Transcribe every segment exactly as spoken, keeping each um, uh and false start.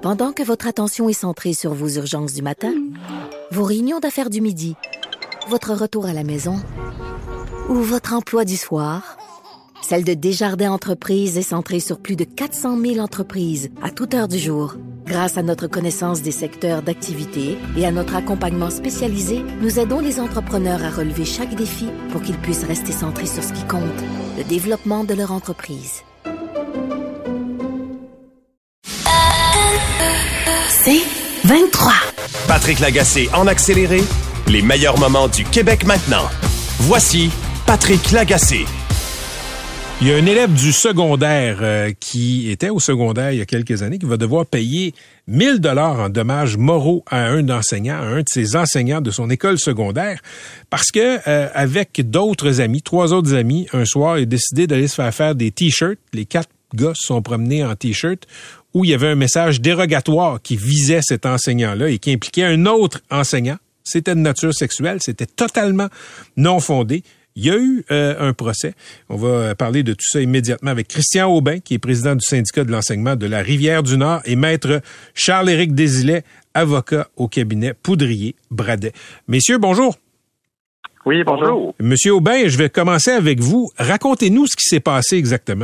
Pendant que votre attention est centrée sur vos urgences du matin, vos réunions d'affaires du midi, votre retour à la maison ou votre emploi du soir, celle de Desjardins Entreprises est centrée sur plus de quatre cent mille entreprises à toute heure du jour. Grâce à notre connaissance des secteurs d'activité et à notre accompagnement spécialisé, nous aidons les entrepreneurs à relever chaque défi pour qu'ils puissent rester centrés sur ce qui compte, le développement de leur entreprise. C'est vingt-trois. Patrick Lagacé en accéléré, les meilleurs moments du Québec maintenant. Voici Patrick Lagacé. Il y a un élève du secondaire euh, qui était au secondaire il y a quelques années qui va devoir payer mille dollars en dommages moraux à un enseignant, à un de ses enseignants de son école secondaire, parce que euh, avec d'autres amis, trois autres amis, un soir, il a décidé d'aller se faire faire des t-shirts. Les quatre gars se sont promenés en t-shirt où il y avait un message dérogatoire qui visait cet enseignant-là et qui impliquait un autre enseignant. C'était de nature sexuelle, c'était totalement non fondé. Il y a eu euh, un procès. On va parler de tout ça immédiatement avec Christian Aubin, qui est président du syndicat de l'enseignement de la Rivière-du-Nord, et maître Charles-Éric Désilet, avocat au cabinet Poudrier-Bradet. Messieurs, bonjour. Oui, bonjour. Monsieur Aubin, je vais commencer avec vous. Racontez-nous ce qui s'est passé exactement.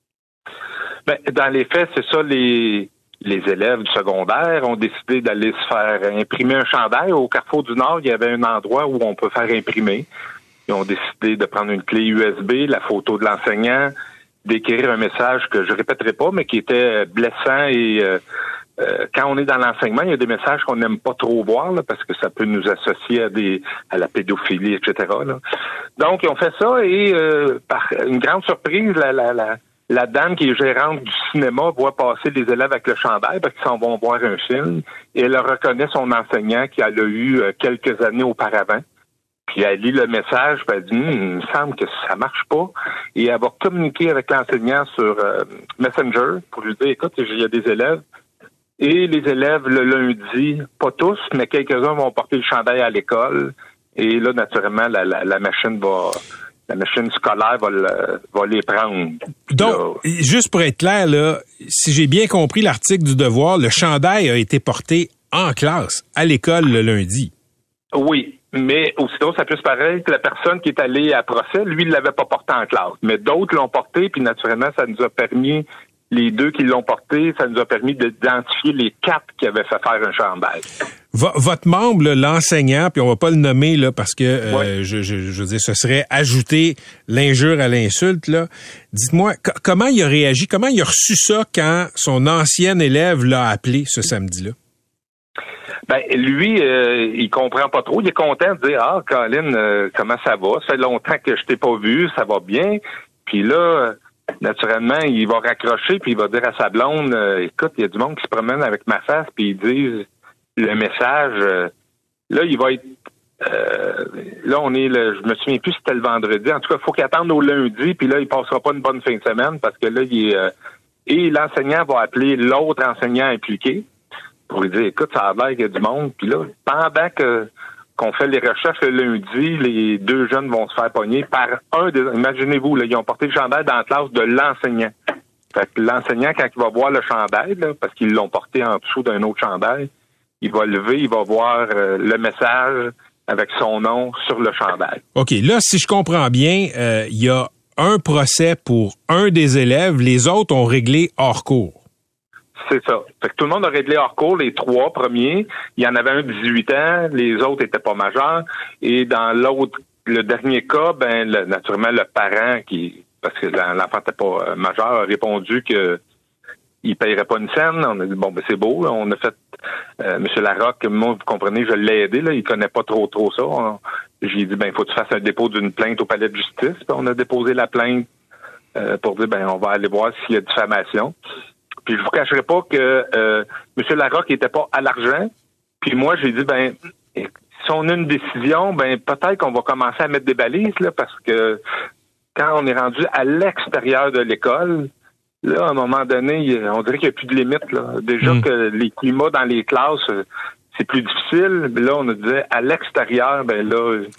Ben, dans les faits, c'est ça, les, les élèves du secondaire ont décidé d'aller se faire imprimer un chandail. Au Carrefour du Nord, il y avait un endroit où on peut faire imprimer. Ils ont décidé de prendre une clé U S B, la photo de l'enseignant, d'écrire un message que je répéterai pas, mais qui était blessant. Et euh, euh, quand on est dans l'enseignement, il y a des messages qu'on n'aime pas trop voir, là, parce que ça peut nous associer à des à la pédophilie, et cetera. Là. Donc, ils ont fait ça et euh, par une grande surprise, la, la, la, la dame qui est gérante du cinéma voit passer les élèves avec le chandail parce qu'ils s'en vont voir un film et elle reconnaît son enseignant qu'elle a eu euh, quelques années auparavant. Puis elle lit le message, puis elle dit hm, « il me semble que ça marche pas ». Et elle va communiquer avec l'enseignant sur euh, Messenger pour lui dire « écoute, il y a des élèves ». Et les élèves, le lundi, pas tous, mais quelques-uns vont porter le chandail à l'école. Et là, naturellement, la, la, la machine va... La machine scolaire va, le, va les prendre. Donc, là, juste pour être clair, là, si j'ai bien compris l'article du Devoir, le chandail a été porté en classe, à l'école, le lundi. Oui. Mais aussitôt, ça peut se paraître que la personne qui est allée à procès, lui, il l'avait pas porté en classe. Mais d'autres l'ont porté, puis naturellement, ça nous a permis, les deux qui l'ont porté, ça nous a permis d'identifier les quatre qui avaient fait faire un chandail. V- votre membre, là, l'enseignant, puis on va pas le nommer là parce que euh, oui. je, je, je veux dire, ce serait ajouter l'injure à l'insulte. Là. Dites-moi, c- comment il a réagi, comment il a reçu ça quand son ancien élève l'a appelé ce samedi-là? Ben lui, euh, il comprend pas trop. Il est content de dire « Ah, Colin, euh, comment ça va? Ça fait longtemps que je t'ai pas vu, ça va bien. » Puis là, euh, naturellement, il va raccrocher puis il va dire à sa blonde euh, « Écoute, il y a du monde qui se promène avec ma face puis ils disent le message. Euh, » Là, il va être... Euh, là, on est le... Je me souviens plus si c'était le vendredi. En tout cas, il faut qu'il attende au lundi puis là, il passera pas une bonne fin de semaine parce que là, il est... Euh, et l'enseignant va appeler l'autre enseignant impliqué pour lui dire, écoute, ça a l'air qu'il y a du monde. Puis là, pendant que qu'on fait les recherches le lundi, les deux jeunes vont se faire pogner par un des... Imaginez-vous, là, ils ont porté le chandail dans la classe de l'enseignant. Fait que l'enseignant, quand il va voir le chandail, là, parce qu'ils l'ont porté en dessous d'un autre chandail, il va lever, il va voir euh, le message avec son nom sur le chandail. OK, là, si je comprends bien, euh, il y a un procès pour un des élèves, les autres ont réglé hors cours. C'est ça. Fait que tout le monde a réglé hors cours, les trois premiers. Il y en avait un de dix-huit ans, les autres étaient pas majeurs. Et dans l'autre, le dernier cas, ben le, naturellement, le parent qui, parce que l'enfant n'était pas euh, majeur, a répondu que il paierait pas une scène. On a dit bon ben c'est beau. Là. On a fait euh, M. Larocque, moi, vous comprenez, je l'ai aidé, là, il connaît pas trop trop ça. On, j'ai dit ben il faut que tu fasses un dépôt d'une plainte au palais de justice. Puis on a déposé la plainte euh, pour dire ben on va aller voir s'il y a diffamation. Puis je vous cacherai pas que euh, M. Larocque était pas à l'argent. Puis moi, j'ai dit, ben, si on a une décision, ben peut-être qu'on va commencer à mettre des balises, là, parce que quand on est rendu à l'extérieur de l'école, là, à un moment donné, on dirait qu'il n'y a plus de limite, là. Déjà mmh. que les climats dans les classes, c'est plus difficile. Mais là, on nous disait à l'extérieur, ben là,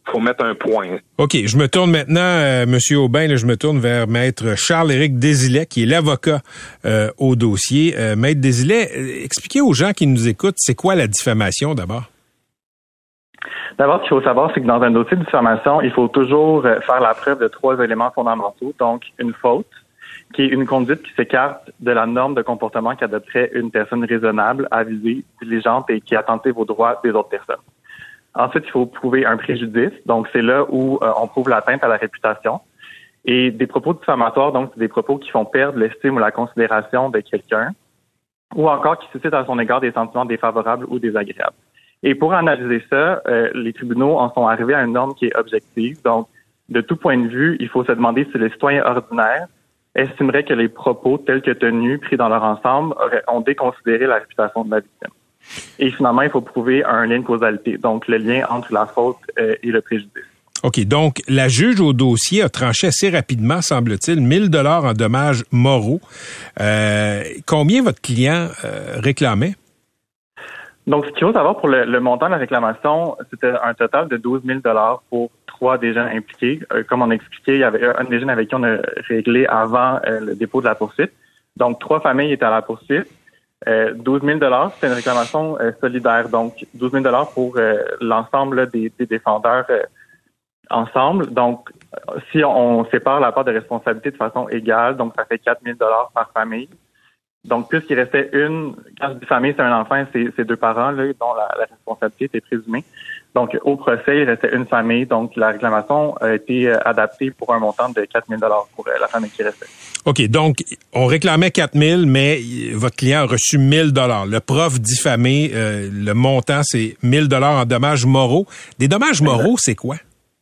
faut mettre un point. OK, je me tourne maintenant, euh, Monsieur Aubin, là, je me tourne vers Maître Charles-Éric Désilet, qui est l'avocat euh, au dossier. Euh, Maître Désilet, euh, expliquez aux gens qui nous écoutent, c'est quoi la diffamation d'abord? D'abord, ce qu'il faut savoir, c'est que dans un dossier de diffamation, il faut toujours faire la preuve de trois éléments fondamentaux. Donc, une faute, qui est une conduite qui s'écarte de la norme de comportement qu'adopterait une personne raisonnable, avisée, diligente et qui attentive aux droits des autres personnes. Ensuite, il faut prouver un préjudice. Donc, c'est là où euh, on prouve l'atteinte à la réputation. Et des propos diffamatoires, donc, c'est des propos qui font perdre l'estime ou la considération de quelqu'un ou encore qui suscitent à son égard des sentiments défavorables ou désagréables. Et pour analyser ça, euh, les tribunaux en sont arrivés à une norme qui est objective. Donc, de tout point de vue, il faut se demander si les citoyens ordinaires estimeraient que les propos tels que tenus, pris dans leur ensemble, auraient, ont déconsidéré la réputation de la victime. Et finalement, il faut prouver un lien de causalité, donc le lien entre la faute euh, et le préjudice. OK, donc la juge au dossier a tranché assez rapidement, semble-t-il, mille dollars en dommages moraux. Euh, combien votre client euh, réclamait? Donc, ce qu'il faut savoir pour le, le montant de la réclamation, c'était un total de douze mille dollars pour trois des jeunes impliqués. Euh, comme on a expliqué, il y avait un des jeunes avec qui on a réglé avant euh, le dépôt de la poursuite. Donc, trois familles étaient à la poursuite. Euh, douze mille dollars, c'est une réclamation euh, solidaire. Donc, douze mille dollars pour euh, l'ensemble là, des, des défendeurs euh, ensemble. Donc, si on, on sépare la part de responsabilité de façon égale, donc ça fait quatre mille dollars par famille. Donc, puisqu'il restait une, quand je dis famille, c'est un enfant, c'est, c'est deux parents là, dont la, la responsabilité était présumée. Donc, au procès, il restait une famille. Donc, la réclamation a été adaptée pour un montant de quatre mille dollars pour la famille qui restait. OK. Donc, on réclamait quatre mille, mais votre client a reçu mille dollars. Le prof diffamé, euh, le montant, c'est mille dollars en dommages moraux. Des dommages moraux, c'est quoi?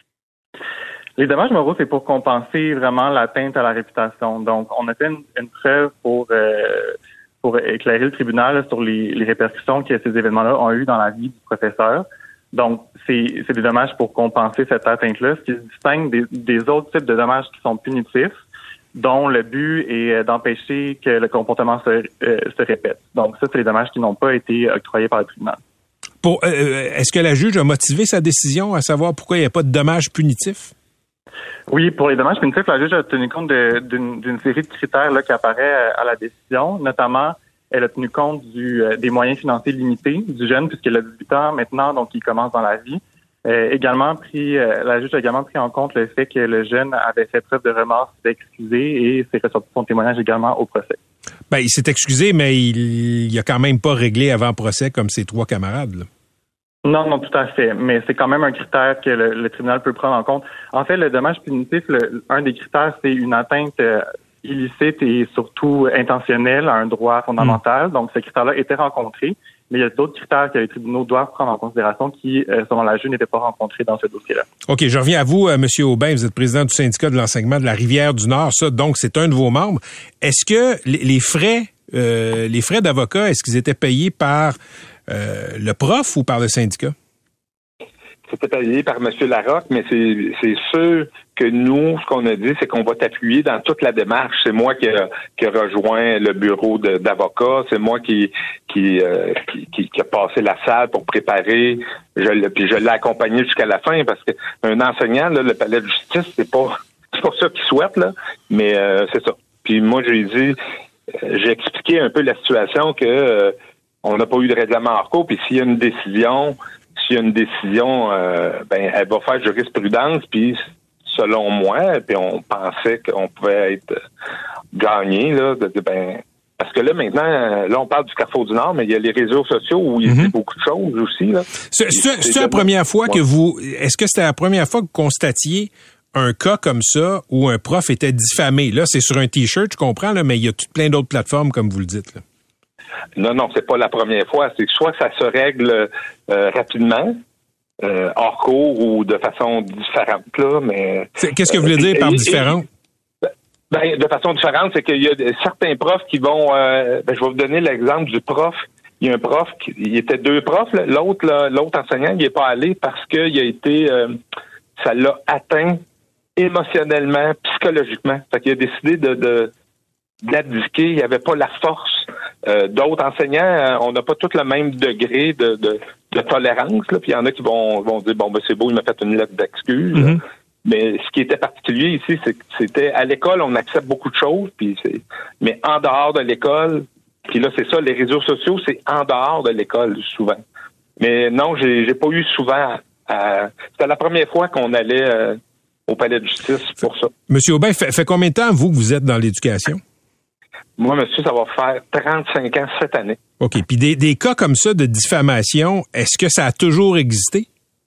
Les dommages moraux, c'est pour compenser vraiment l'atteinte à la réputation. Donc, on a fait une, une preuve pour euh, pour éclairer le tribunal là, sur les, les répercussions que ces événements-là ont eu dans la vie du professeur. Donc, c'est, c'est des dommages pour compenser cette atteinte-là, ce qui se distingue des, des autres types de dommages qui sont punitifs, dont le but est d'empêcher que le comportement se, euh, se répète. Donc, ça, c'est les dommages qui n'ont pas été octroyés par le tribunal. Pour, euh, est-ce que la juge a motivé sa décision à savoir pourquoi il n'y a pas de dommages punitifs? Oui, pour les dommages punitifs, la juge a tenu compte de, d'une, d'une série de critères là, qui apparaissent à la décision. Notamment, elle a tenu compte du, euh, des moyens financiers limités du jeune, puisqu'il a dix-huit ans maintenant, donc il commence dans la vie. Euh, également pris, euh, la juge a également pris en compte le fait que le jeune avait fait preuve de remords, s'est excusé et s'est ressorti son témoignage également au procès. Ben, il s'est excusé, mais il, il a quand même pas réglé avant procès comme ses trois camarades, là. Non, non, tout à fait. Mais c'est quand même un critère que le, le tribunal peut prendre en compte. En fait, le dommage punitif, le, un des critères, c'est une atteinte euh, illicite et surtout intentionnelle à un droit fondamental. Mmh. Donc, ce critère-là était rencontré. Mais il y a d'autres critères que les tribunaux doivent prendre en considération qui, euh, selon la juge, n'étaient pas rencontrés dans ce dossier-là. OK, je reviens à vous, euh, M. Aubin. Vous êtes président du syndicat de l'enseignement de la Rivière-du-Nord. Ça, donc, c'est un de vos membres. Est-ce que les, les frais, euh, les frais d'avocat, est-ce qu'ils étaient payés par Euh, le prof ou par le syndicat? C'était payé par M. Larocque, mais c'est, c'est sûr que nous, ce qu'on a dit, c'est qu'on va t'appuyer dans toute la démarche. C'est moi qui a, qui a rejoint le bureau de, d'avocat. C'est moi qui qui, euh, qui qui qui a passé la salle pour préparer. Je, puis je l'ai accompagné jusqu'à la fin parce qu'un enseignant, là, le palais de justice, c'est pas c'est pas ça qu'il souhaite, là. Mais euh, c'est ça. Puis moi, je lui ai dit, euh, j'ai expliqué un peu la situation que euh, on n'a pas eu de règlement hors cours, puis s'il y a une décision, s'il y a une décision, euh, ben elle va faire jurisprudence, puis selon moi, puis on pensait qu'on pouvait être gagné, là, de, de, ben parce que là, maintenant, là, on parle du Carrefour du Nord, mais il y a les réseaux sociaux où il y a mm-hmm. beaucoup de choses aussi, là. C'est, c'est, c'est la première fois ouais. que vous, est-ce que c'était la première fois que vous constatiez un cas comme ça où un prof était diffamé? Là, c'est sur un T-shirt, je comprends, là, mais il y a tout plein d'autres plateformes, comme vous le dites, là. Non, non, c'est pas la première fois. C'est que soit ça se règle euh, rapidement, euh, hors cours ou de façon différente, là, mais... C'est, qu'est-ce que vous voulez dire par différente? Ben, de façon différente, c'est qu'il y a certains profs qui vont... Euh, ben, je vais vous donner l'exemple du prof. Il y a un prof, qui, il était deux profs, là. L'autre, là, l'autre enseignant, il n'est pas allé parce qu'il a été... Euh, ça l'a atteint émotionnellement, psychologiquement. Fait qu'il a décidé de... de d'abdiquer, il n'y avait pas la force. Euh, d'autres enseignants, euh, on n'a pas tous le même degré de, de, de tolérance, là, puis il y en a qui vont, vont dire, bon, ben c'est beau, il m'a fait une lettre d'excuse. Mm-hmm. Mais ce qui était particulier ici, c'est que c'était à l'école, on accepte beaucoup de choses, puis c'est, mais en dehors de l'école, puis là, c'est ça, les réseaux sociaux, c'est en dehors de l'école, souvent. Mais non, j'ai, j'ai pas eu souvent à, c'était la première fois qu'on allait euh, au palais de justice pour ça. Monsieur Aubin, fait, fait combien de temps, vous, que vous êtes dans l'éducation? Moi, monsieur, ça va faire trente-cinq ans cette année. OK. Puis des, des cas comme ça de diffamation, est-ce que ça a toujours existé?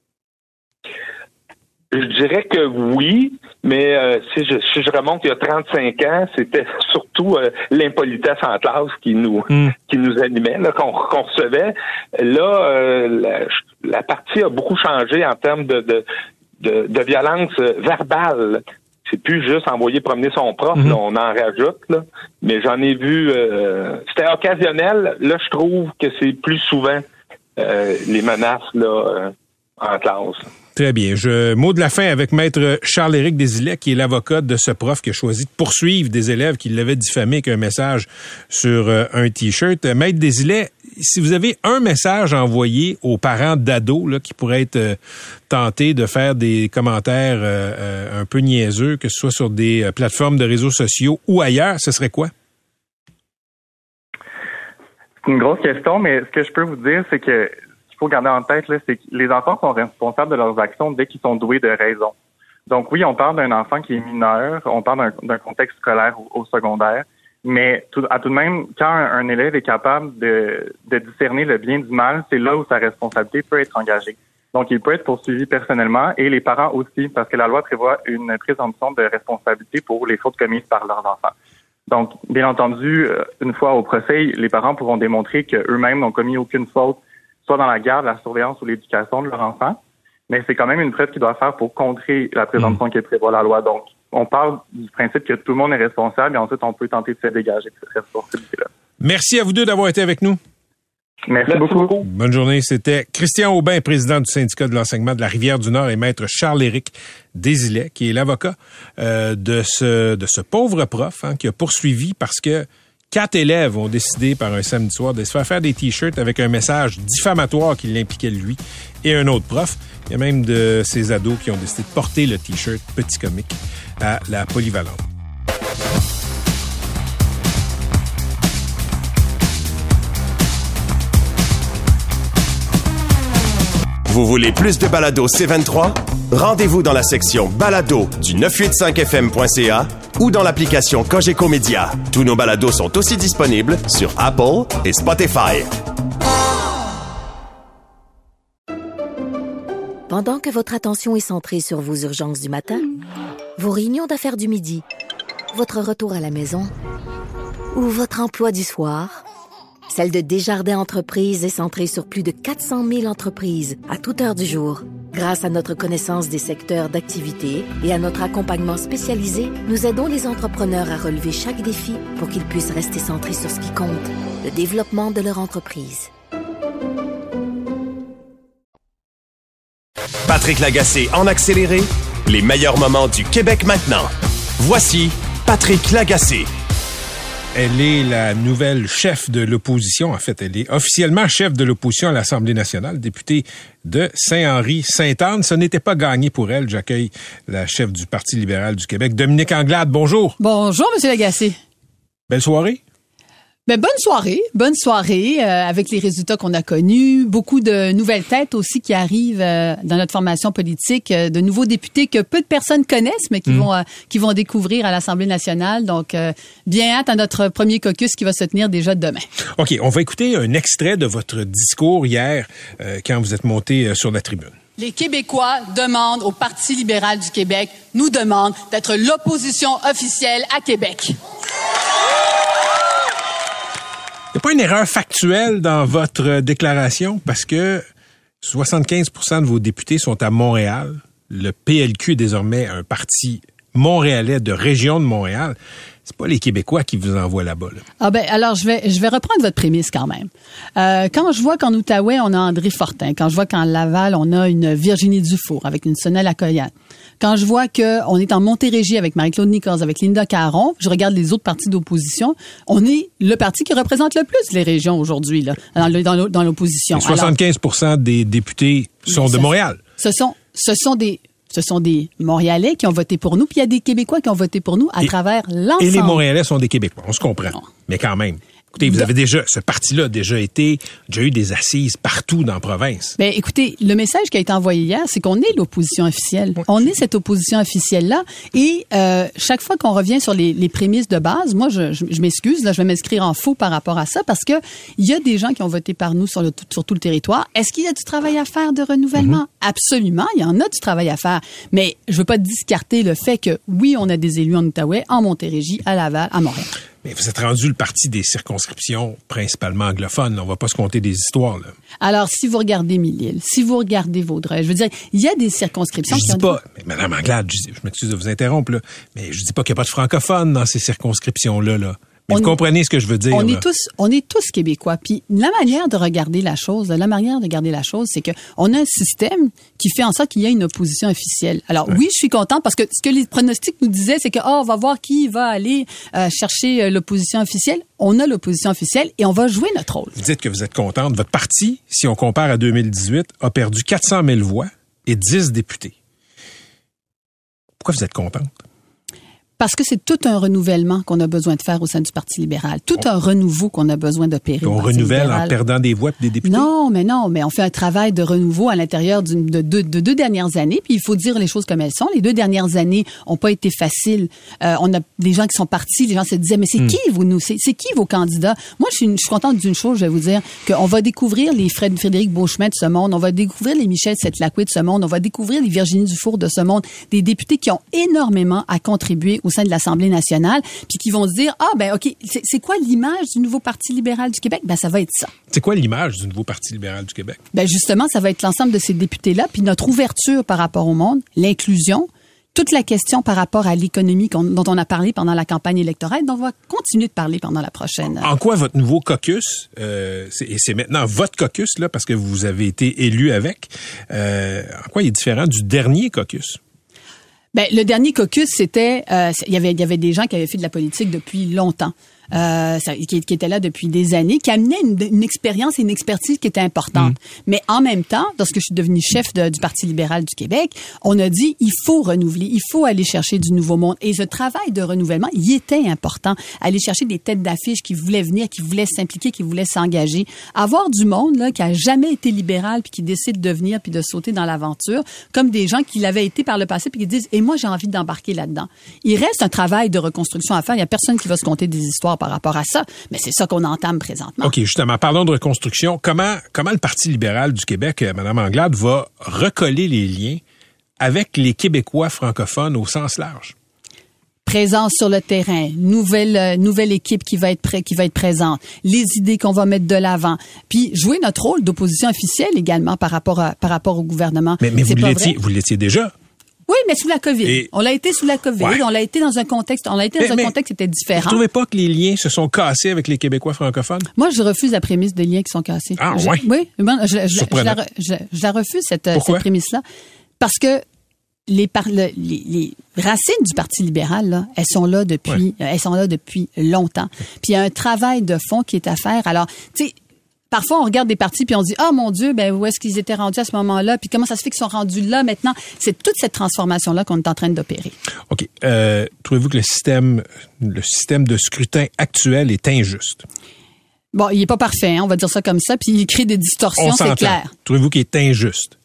Je dirais que oui, mais euh, si, je, si je remonte il y a trente-cinq ans, c'était surtout euh, l'impolitesse en classe qui nous mm. qui nous animait, là, qu'on, qu'on recevait. Là, euh, la, la partie a beaucoup changé en termes de, de, de, de violence verbale. C'est plus juste envoyer promener son prof, mm-hmm. là, on en rajoute, là. Mais j'en ai vu, euh, c'était occasionnel. Là, je trouve que c'est plus souvent euh, les menaces là euh, en classe. Très bien. Je mot de la fin avec Maître Charles-Éric Desilets, qui est l'avocat de ce prof qui a choisi de poursuivre des élèves qui l'avaient diffamé avec un message sur euh, un T-shirt. Maître Desilets, si vous avez un message à envoyer aux parents d'ados là, qui pourraient être euh, tentés de faire des commentaires euh, euh, un peu niaiseux, que ce soit sur des euh, plateformes de réseaux sociaux ou ailleurs, ce serait quoi? C'est une grosse question, mais ce que je peux vous dire, c'est que il faut garder en tête, là, c'est que les enfants sont responsables de leurs actions dès qu'ils sont doués de raison. Donc oui, on parle d'un enfant qui est mineur, on parle d'un, d'un contexte scolaire au, au secondaire, mais tout, à tout de même, quand un, un élève est capable de, de discerner le bien du mal, c'est là où sa responsabilité peut être engagée. Donc il peut être poursuivi personnellement et les parents aussi, parce que la loi prévoit une présomption de responsabilité pour les fautes commises par leurs enfants. Donc, bien entendu, une fois au procès, les parents pourront démontrer qu'eux-mêmes n'ont commis aucune faute, soit dans la garde, la surveillance ou l'éducation de leur enfant, mais c'est quand même une preuve qu'ils doivent faire pour contrer la présomption mmh. qui prévoit la loi. Donc, on parle du principe que tout le monde est responsable et ensuite on peut tenter de se dégager de cette responsabilité-là. Merci à vous deux d'avoir été avec nous. Merci, Merci beaucoup. beaucoup. Bonne journée. C'était Christian Aubin, président du syndicat de l'enseignement de la Rivière-du-Nord, et maître Charles-Éric Desilets, qui est l'avocat euh, de ce de ce pauvre prof hein, qui a poursuivi parce que quatre élèves ont décidé par un samedi soir de se faire faire des T-shirts avec un message diffamatoire qui l'impliquait lui et un autre prof. Il y a même de ces ados qui ont décidé de porter le T-shirt Petit Comique à la polyvalente. Vous voulez plus de balado C vingt-trois? Rendez-vous dans la section balado du neuf cent quatre-vingt-cinq F M point C A ou dans l'application Cogeco Média. Tous nos balados sont aussi disponibles sur Apple et Spotify. Pendant que votre attention est centrée sur vos urgences du matin, vos réunions d'affaires du midi, votre retour à la maison ou votre emploi du soir, celle de Desjardins Entreprises est centrée sur plus de quatre cent mille entreprises à toute heure du jour. Grâce à notre connaissance des secteurs d'activité et à notre accompagnement spécialisé, nous aidons les entrepreneurs à relever chaque défi pour qu'ils puissent rester centrés sur ce qui compte, le développement de leur entreprise. Patrick Lagacé en accéléré, les meilleurs moments du Québec maintenant. Voici Patrick Lagacé. Elle est la nouvelle chef de l'opposition. En fait, elle est officiellement chef de l'opposition à l'Assemblée nationale, députée de Saint-Henri-Sainte-Anne. Ce n'était pas gagné pour elle. J'accueille la chef du Parti libéral du Québec, Dominique Anglade. Bonjour. Bonjour, M. Lagacé. Belle soirée. Ben, bonne soirée, bonne soirée euh, avec les résultats qu'on a connus, beaucoup de nouvelles têtes aussi qui arrivent euh, dans notre formation politique, euh, de nouveaux députés que peu de personnes connaissent, mais qui mmh. vont euh, qui vont découvrir à l'Assemblée nationale. Donc, euh, bien hâte à notre premier caucus qui va se tenir déjà demain. OK, on va écouter un extrait de votre discours hier euh, quand vous êtes monté euh, sur la tribune. Les Québécois demandent au Parti libéral du Québec, nous demandent d'être l'opposition officielle à Québec. Il n'y a pas une erreur factuelle dans votre déclaration parce que soixante-quinze pour cent de vos députés sont à Montréal. Le P L Q est désormais un parti montréalais de région de Montréal. C'est pas les Québécois qui vous envoient là-bas. Là. Ah ben alors je vais je vais reprendre votre prémisse quand même. Euh, quand je vois qu'en Outaouais on a André Fortin, quand je vois qu'en Laval on a une Virginie Dufour avec une Sonelle Accoyane, Quand je vois que on est en Montérégie avec Marie-Claude Nichols, avec Linda Caron, je regarde les autres partis d'opposition, on est le parti qui représente le plus les régions aujourd'hui là, dans, le, dans, dans l'opposition. Et soixante-quinze pour cent Alors, des députés sont de Montréal. Ce sont, ce sont des Ce sont des Montréalais qui ont voté pour nous, puis il y a des Québécois qui ont voté pour nous à et, travers l'ensemble. Et les Montréalais sont des Québécois, on se comprend. Non. Mais quand même. Écoutez, vous avez déjà, ce parti-là a déjà été, déjà eu des assises partout dans la province. Ben, écoutez, le message qui a été envoyé hier, c'est qu'on est l'opposition officielle. Oui. On est cette opposition officielle-là. Et euh, chaque fois qu'on revient sur les, les prémices de base, moi, je, je, je m'excuse, là, je vais m'inscrire en faux par rapport à ça, parce que il y a des gens qui ont voté par nous sur, le, sur tout le territoire. Est-ce qu'il y a du travail à faire de renouvellement? Mm-hmm. Absolument, il y en a du travail à faire. Mais je veux pas discarter le fait que, oui, on a des élus en Outaouais, en Montérégie, à Laval, à Montréal. Mais vous êtes rendu le parti des circonscriptions principalement anglophones. On va pas se compter des histoires, là. Alors, si vous regardez Mille-Îles, si vous regardez Vaudreuil, je veux dire, il y a des circonscriptions... Je dis pas, mais Mme Anglade, je, je m'excuse de vous interrompre, là, mais je dis pas qu'il n'y a pas de francophones dans ces circonscriptions-là, là. Mais on vous comprenez ce que je veux dire. On là. est tous, on est tous Québécois. Puis la manière de regarder la chose, la manière de regarder la chose, c'est que on a un système qui fait en sorte qu'il y a une opposition officielle. Alors ouais. oui, je suis contente parce que ce que les pronostics nous disaient, c'est que oh, on va voir qui va aller euh, chercher euh, l'opposition officielle. On a l'opposition officielle et on va jouer notre rôle. Vous dites que vous êtes contente. Votre parti, si on compare à deux mille dix-huit, a perdu quatre cent mille voix et dix députés. Pourquoi vous êtes contente? Parce que c'est tout un renouvellement qu'on a besoin de faire au sein du Parti libéral. Tout on, un renouveau qu'on a besoin d'opérer. On renouvelle libéral. En perdant des voix et des députés? Non, mais non, mais on fait un travail de renouveau à l'intérieur d'une, de, de, de deux dernières années. Puis il faut dire les choses comme elles sont. Les deux dernières années ont pas été faciles. Euh, on a des gens qui sont partis. Les gens se disaient, mais c'est hmm. qui vous nous, c'est, c'est qui vos candidats? Moi, je suis, je suis contente d'une chose, je vais vous dire, qu'on va découvrir les Fred, Frédéric Beauchemin de ce monde. On va découvrir les Michel Setlacoué de ce monde. On va découvrir les Virginie Dufour de ce monde. Des députés qui ont énormément à contribuer au sein de l'Assemblée nationale, puis qui vont se dire, ah ben ok, c'est, c'est quoi l'image du nouveau Parti libéral du Québec? Ben ça va être ça. C'est quoi l'image du nouveau Parti libéral du Québec? Ben justement, ça va être l'ensemble de ces députés-là, puis notre ouverture par rapport au monde, l'inclusion, toute la question par rapport à l'économie dont on a parlé pendant la campagne électorale, dont on va continuer de parler pendant la prochaine. En quoi votre nouveau caucus, euh, c'est, et c'est maintenant votre caucus, là, parce que vous avez été élu avec, euh, en quoi il est différent du dernier caucus? Ben le dernier caucus, c'était, euh, il y avait, il y avait des gens qui avaient fait de la politique depuis longtemps. Euh, ça, qui, qui était là depuis des années, qui amenait une, une expérience et une expertise qui était importante. Mmh. Mais en même temps, lorsque je suis devenue chef de, du Parti libéral du Québec, on a dit il faut renouveler, il faut aller chercher du nouveau monde. Et ce travail de renouvellement, il était important. Aller chercher des têtes d'affiche qui voulaient venir, qui voulaient s'impliquer, qui voulaient s'engager. Avoir du monde là qui a jamais été libéral puis qui décide de venir puis de sauter dans l'aventure, comme des gens qui l'avaient été par le passé puis qui disent et moi j'ai envie d'embarquer là-dedans. Il reste un travail de reconstruction à faire. Il y a personne qui va se conter des histoires par rapport à ça, mais c'est ça qu'on entame présentement. OK, justement, parlons de reconstruction. Comment, comment le Parti libéral du Québec, Mme Anglade, va recoller les liens avec les Québécois francophones au sens large? Présence sur le terrain, nouvelle euh, nouvelle équipe qui va être prêt, qui va être présente, les idées qu'on va mettre de l'avant, puis jouer notre rôle d'opposition officielle également par rapport à, par rapport au gouvernement. Mais, mais vous l'étiez, vous l'étiez déjà. Oui, mais sous la COVID. Et... On l'a été sous la COVID. Ouais. On l'a été dans un contexte, on l'a été dans mais, un mais contexte qui était différent. Vous trouvez pas que les liens se sont cassés avec les Québécois francophones? Moi, je refuse la prémisse des liens qui sont cassés. Ah, je, ouais? Oui. Bon, je, je, je, la, je, je la refuse, cette, cette prémisse-là. Parce que les, par, le, les, les racines du Parti libéral, là, elles sont là depuis, ouais. elles sont là depuis longtemps. Puis il y a un travail de fond qui est à faire. Alors, tu sais, parfois, on regarde des partis puis on dit « Ah, mon Dieu, ben où est-ce qu'ils étaient rendus à ce moment-là? Puis comment ça se fait qu'ils sont rendus là maintenant? » C'est toute cette transformation-là qu'on est en train d'opérer. OK. Euh, trouvez-vous que le système, le système de scrutin actuel est injuste? Bon, il est pas parfait, hein, on va dire ça comme ça, puis il crée des distorsions, on c'est clair. Trouvez-vous qu'il est injuste?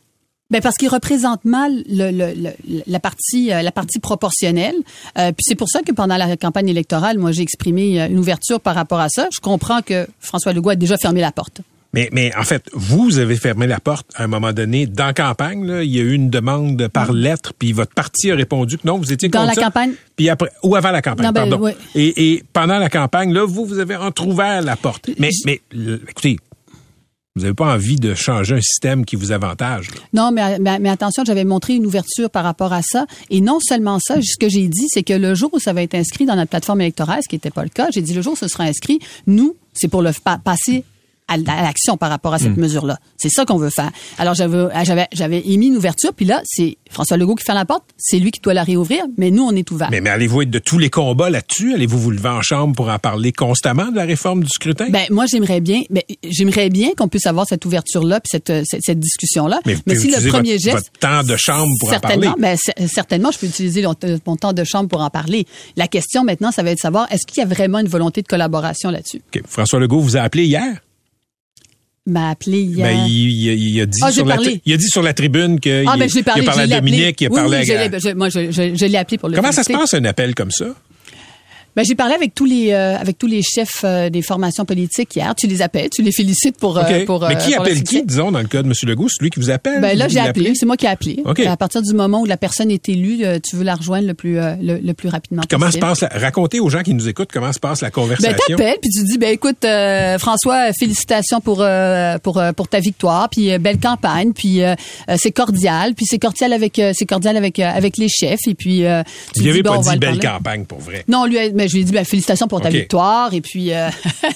Ben parce qu'il représente mal le, le, le, la partie la partie proportionnelle. Euh, puis c'est pour ça que pendant la campagne électorale, moi j'ai exprimé une ouverture par rapport à ça. Je comprends que François Legault a déjà fermé la porte. Mais, mais en fait, vous avez fermé la porte à un moment donné dans la campagne. Là, il y a eu une demande par lettre, puis votre parti a répondu que non, vous étiez contre ça. Dans la campagne. Puis après, ou avant la campagne, non, ben, pardon. Oui. Et, et pendant la campagne, là, vous vous avez entrouvert la porte. Mais, je... mais écoutez. Vous n'avez pas envie de changer un système qui vous avantage. Là. Non, mais, mais, mais attention, j'avais montré une ouverture par rapport à ça. Et non seulement ça, ce que j'ai dit, c'est que le jour où ça va être inscrit dans notre plateforme électorale, ce qui n'était pas le cas, j'ai dit le jour où ce sera inscrit, nous, c'est pour le pa- passer à, à l'action par rapport à cette mmh. mesure-là. C'est ça qu'on veut faire. Alors, j'avais, j'avais, j'avais émis une ouverture, puis là, c'est François Legault qui fait la porte, c'est lui qui doit la réouvrir, mais nous, on est ouverts. Mais, mais allez-vous être de tous les combats là-dessus? Allez-vous vous lever en chambre pour en parler constamment de la réforme du scrutin? Ben, moi, j'aimerais bien, ben, j'aimerais bien qu'on puisse avoir cette ouverture-là, puis cette, cette, cette discussion-là. Mais, mais si le premier votre, geste. Votre temps de chambre pour en parler. Ben, c- certainement, je peux utiliser mon, mon temps de chambre pour en parler. La question maintenant, ça va être de savoir, est-ce qu'il y a vraiment une volonté de collaboration là-dessus? Okay. François Legault vous a appelé hier? M'a appelé hier. Ben, il, il, il, a dit ah, sur la, il a dit sur la tribune qu'il ah, ben, il, parlé, il a parlé à Dominique, il a oui, parlé oui, à... Je je, moi, je, je, je l'ai appelé pour le Comment féliciter. ça se passe, un appel comme ça? Ben, j'ai parlé avec tous les euh, avec tous les chefs euh, des formations politiques hier. Tu les appelles, tu les félicites pour okay. euh, pour. Mais qui pour appelle qui, disons, dans le cas de M. Legault, c'est lui qui vous appelle? Ben là, j'ai appelé. appelé. C'est moi qui ai appelé. Okay. À partir du moment où la personne est élue, euh, tu veux la rejoindre le plus euh, le, le plus rapidement puis comment possible. se passe la... Racontez aux gens qui nous écoutent comment se passe la conversation. Ben t'appelles puis tu dis ben écoute euh, François, félicitations pour euh, pour euh, pour ta victoire, puis euh, belle campagne, puis euh, c'est cordial, puis c'est cordial avec euh, c'est cordial avec euh, avec les chefs et puis euh, tu Vous dis n'avez ben, pas on va dit le belle parler. campagne pour vrai. Non, lui mais je lui ai dit ben félicitations pour ta okay. victoire et puis euh,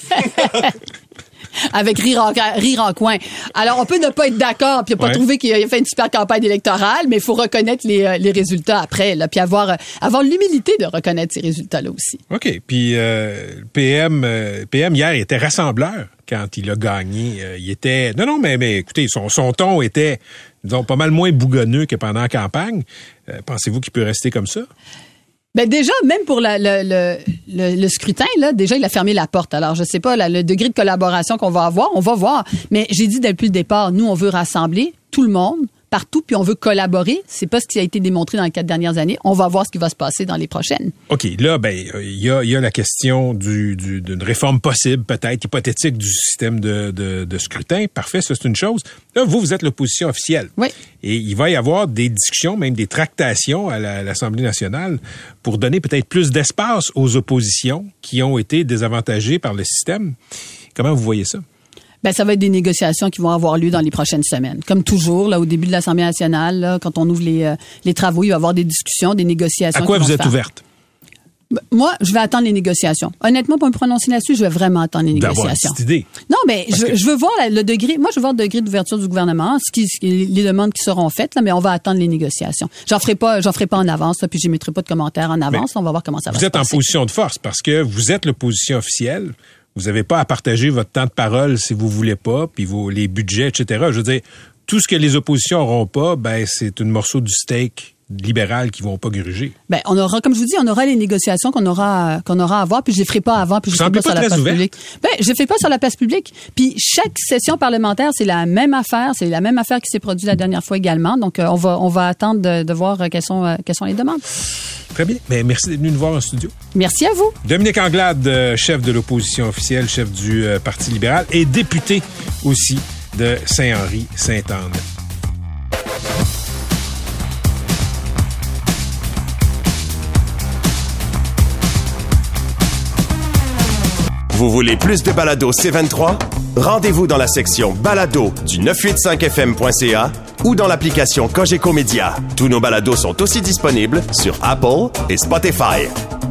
avec rire en, rire en coin. Alors, on peut ne pas être d'accord puis pas ouais. trouver qu'il a fait une super campagne électorale, mais il faut reconnaître les, les résultats après, là, puis avoir, avoir l'humilité de reconnaître ces résultats-là aussi. OK. Puis, euh, P M, euh, P M hier, il était rassembleur quand il a gagné. Euh, il était... Non, non, mais, mais écoutez, son, son ton était, disons, pas mal moins bougonneux que pendant la campagne. Euh, pensez-vous qu'il peut rester comme ça? Ben déjà, même pour la, le, le, le, le scrutin, là, déjà, il a fermé la porte. Alors, je sais pas, là, le degré de collaboration qu'on va avoir, on va voir. Mais j'ai dit depuis le départ, nous, on veut rassembler tout le monde, partout, puis on veut collaborer. C'est pas ce qui a été démontré dans les quatre dernières années. On va voir ce qui va se passer dans les prochaines. OK. Là, ben, il y a, il y a la question du, du, d'une réforme possible, peut-être, hypothétique du système de, de, de scrutin. Parfait, ça, c'est une chose. Là, vous, vous êtes l'opposition officielle. Oui. Et il va y avoir des discussions, même des tractations à, la, à l'Assemblée nationale pour donner peut-être plus d'espace aux oppositions qui ont été désavantagées par le système. Comment vous voyez ça? Ben, ça va être des négociations qui vont avoir lieu dans les prochaines semaines. Comme toujours, là, au début de l'Assemblée nationale, là, quand on ouvre les, euh, les travaux, il va y avoir des discussions, des négociations. À quoi vous êtes faire. ouverte? Ben, moi, je vais attendre les négociations. Honnêtement, pour me prononcer là-dessus, je vais vraiment attendre les D'avoir négociations. Une petite idée. Non, mais je, que... je veux voir la, le degré. Moi, je veux voir le degré d'ouverture du gouvernement, ce qui, les demandes qui seront faites, là, mais on va attendre les négociations. J'en ferai pas, j'en ferai pas en avance, là, puis je mettrai pas de commentaires en avance. Mais on va voir comment ça va se passer. Vous êtes en position de force parce que vous êtes l'opposition officielle. Vous n'avez pas à partager votre temps de parole si vous voulez pas, puis vos, les budgets, et cetera. Je veux dire, tout ce que les oppositions n'auront pas, ben c'est une morceau du steak libéral qui vont pas gruger. Ben on aura, comme je vous dis, on aura les négociations qu'on aura qu'on aura à avoir, puis je les ferai pas avant, puis je les ferai pas, pas sur la place ouverte. publique. Ben je les fais pas sur la place publique. Puis chaque session parlementaire, c'est la même affaire, c'est la même affaire qui s'est produite la dernière fois également. Donc euh, on va on va attendre de, de voir euh, quelles sont euh, quelles sont les demandes. Très bien. Mais merci d'être venu nous voir en studio. Merci à vous. Dominique Anglade, euh, chef de l'opposition officielle, chef du euh, Parti libéral et député aussi de Saint-Henri-Sainte-Anne. Vous voulez plus de balado C vingt-trois? Rendez-vous dans la section balado du neuf cent quatre-vingt-cinq F M point C A ou dans l'application Cogeco Média. Tous nos balados sont aussi disponibles sur Apple et Spotify.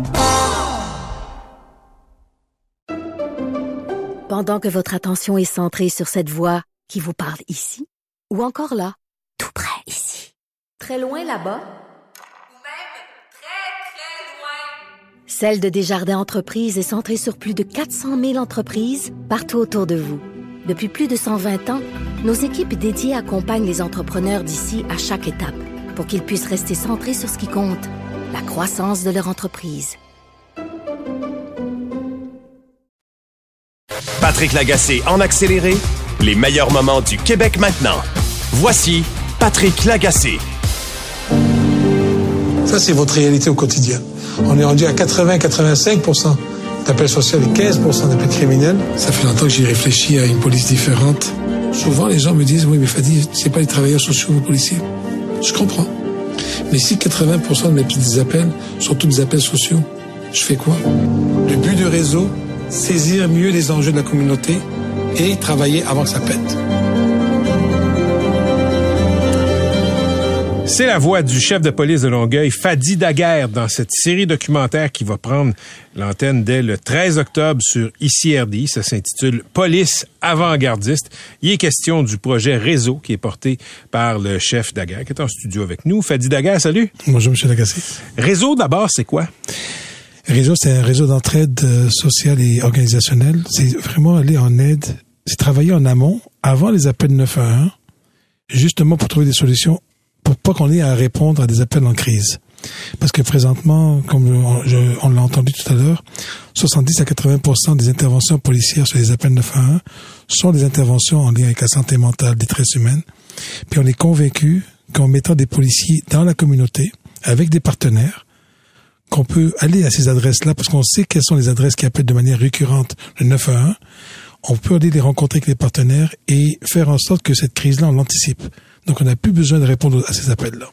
Pendant que votre attention est centrée sur cette voix qui vous parle ici, ou encore là, tout près ici, très loin là-bas, Celle de Desjardins Entreprises est centrée sur plus de quatre cent mille entreprises partout autour de vous. Depuis plus de cent vingt ans, nos équipes dédiées accompagnent les entrepreneurs d'ici à chaque étape pour qu'ils puissent rester centrés sur ce qui compte, la croissance de leur entreprise. Patrick Lagacé en accéléré, les meilleurs moments du Québec maintenant. Voici Patrick Lagacé. Ça, c'est votre réalité au quotidien. On est rendu à quatre-vingts à quatre-vingt-cinq pour cent d'appels sociaux et quinze pour cent d'appels criminels. Ça fait longtemps que j'y réfléchis à une police différente. Souvent, les gens me disent, oui, mais Fadi, c'est pas les travailleurs sociaux, vos policiers. Je comprends. Mais si quatre-vingts pour cent de mes petits appels sont tous des appels sociaux, je fais quoi? Le but du réseau, saisir mieux les enjeux de la communauté et travailler avant que ça pète. C'est la voix du chef de police de Longueuil, Fadi Daguerre, dans cette série documentaire qui va prendre l'antenne dès le treize octobre sur I C R D. Ça s'intitule « Police avant-gardiste ». Il est question du projet Réseau qui est porté par le chef Daguerre, qui est en studio avec nous. Fadi Daguerre, salut. Bonjour, M. Lagacé. Réseau, d'abord, c'est quoi? Réseau, c'est un réseau d'entraide sociale et organisationnelle. C'est vraiment aller en aide, c'est travailler en amont, avant les appels neuf un un, justement pour trouver des solutions, pour pas qu'on ait à répondre à des appels en crise. Parce que présentement, comme on, je, on l'a entendu tout à l'heure, soixante-dix à quatre-vingts pour cent des interventions policières sur les appels neuf un un sont des interventions en lien avec la santé mentale, détresse humaine. Puis on est convaincu qu'en mettant des policiers dans la communauté, avec des partenaires, qu'on peut aller à ces adresses-là, parce qu'on sait quelles sont les adresses qui appellent de manière récurrente le neuf un un, on peut aller les rencontrer avec les partenaires et faire en sorte que cette crise-là, on l'anticipe. Donc, on n'a plus besoin de répondre à ces appels-là.